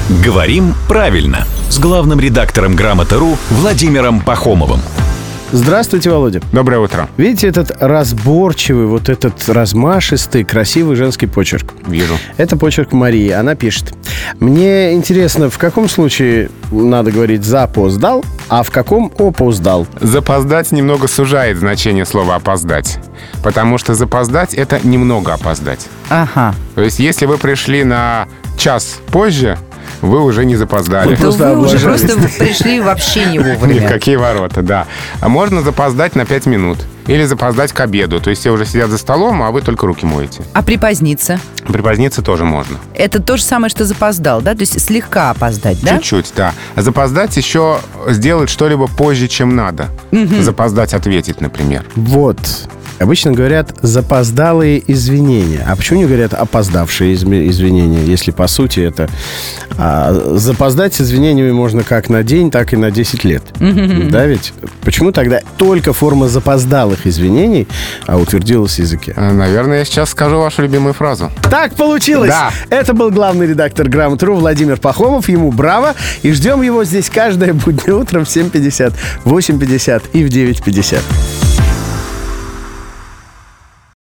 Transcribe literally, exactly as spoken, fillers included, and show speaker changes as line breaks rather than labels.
Говорим правильно с главным редактором Грамоты.ру Владимиром Пахомовым.
Здравствуйте, Володя.
Доброе утро.
Видите этот разборчивый, вот этот размашистый, красивый женский почерк?
Вижу.
Это почерк Марии. Она пишет: мне интересно, в каком случае надо говорить «запоздал», а в каком «опоздал»?
Запоздать немного сужает значение слова «опоздать». Потому что запоздать — это немного опоздать.
Ага.
То есть если вы пришли на час позже, вы уже не запоздали.
То
Просто
вы уже
облажались.
просто пришли вообще не
Ни в
вовремя.
какие ворота, да. А можно запоздать на пять минут. Или запоздать к обеду. То есть все уже сидят за столом, а вы только руки моете.
А припоздниться?
Припоздниться тоже можно.
Это то же самое, что запоздал, да? То есть слегка опоздать, да?
Чуть-чуть, да. А запоздать еще сделать что-либо позже, чем надо. Запоздать ответить, например.
Вот. Обычно говорят «запоздалые извинения». А почему не говорят «опоздавшие изме- извинения», если по сути это... а, запоздать с извинениями можно как на день, так и на десять лет. Да ведь? Почему тогда только форма запоздалых извинений а, утвердилась в языке?
А, Наверное, я сейчас скажу вашу любимую фразу.
Так получилось!
Да.
Это был главный редактор Грамоты.ру Владимир Пахомов. Ему браво! И ждем его здесь каждое буднее утром в семь пятьдесят, восемь пятьдесят и в девять пятьдесят.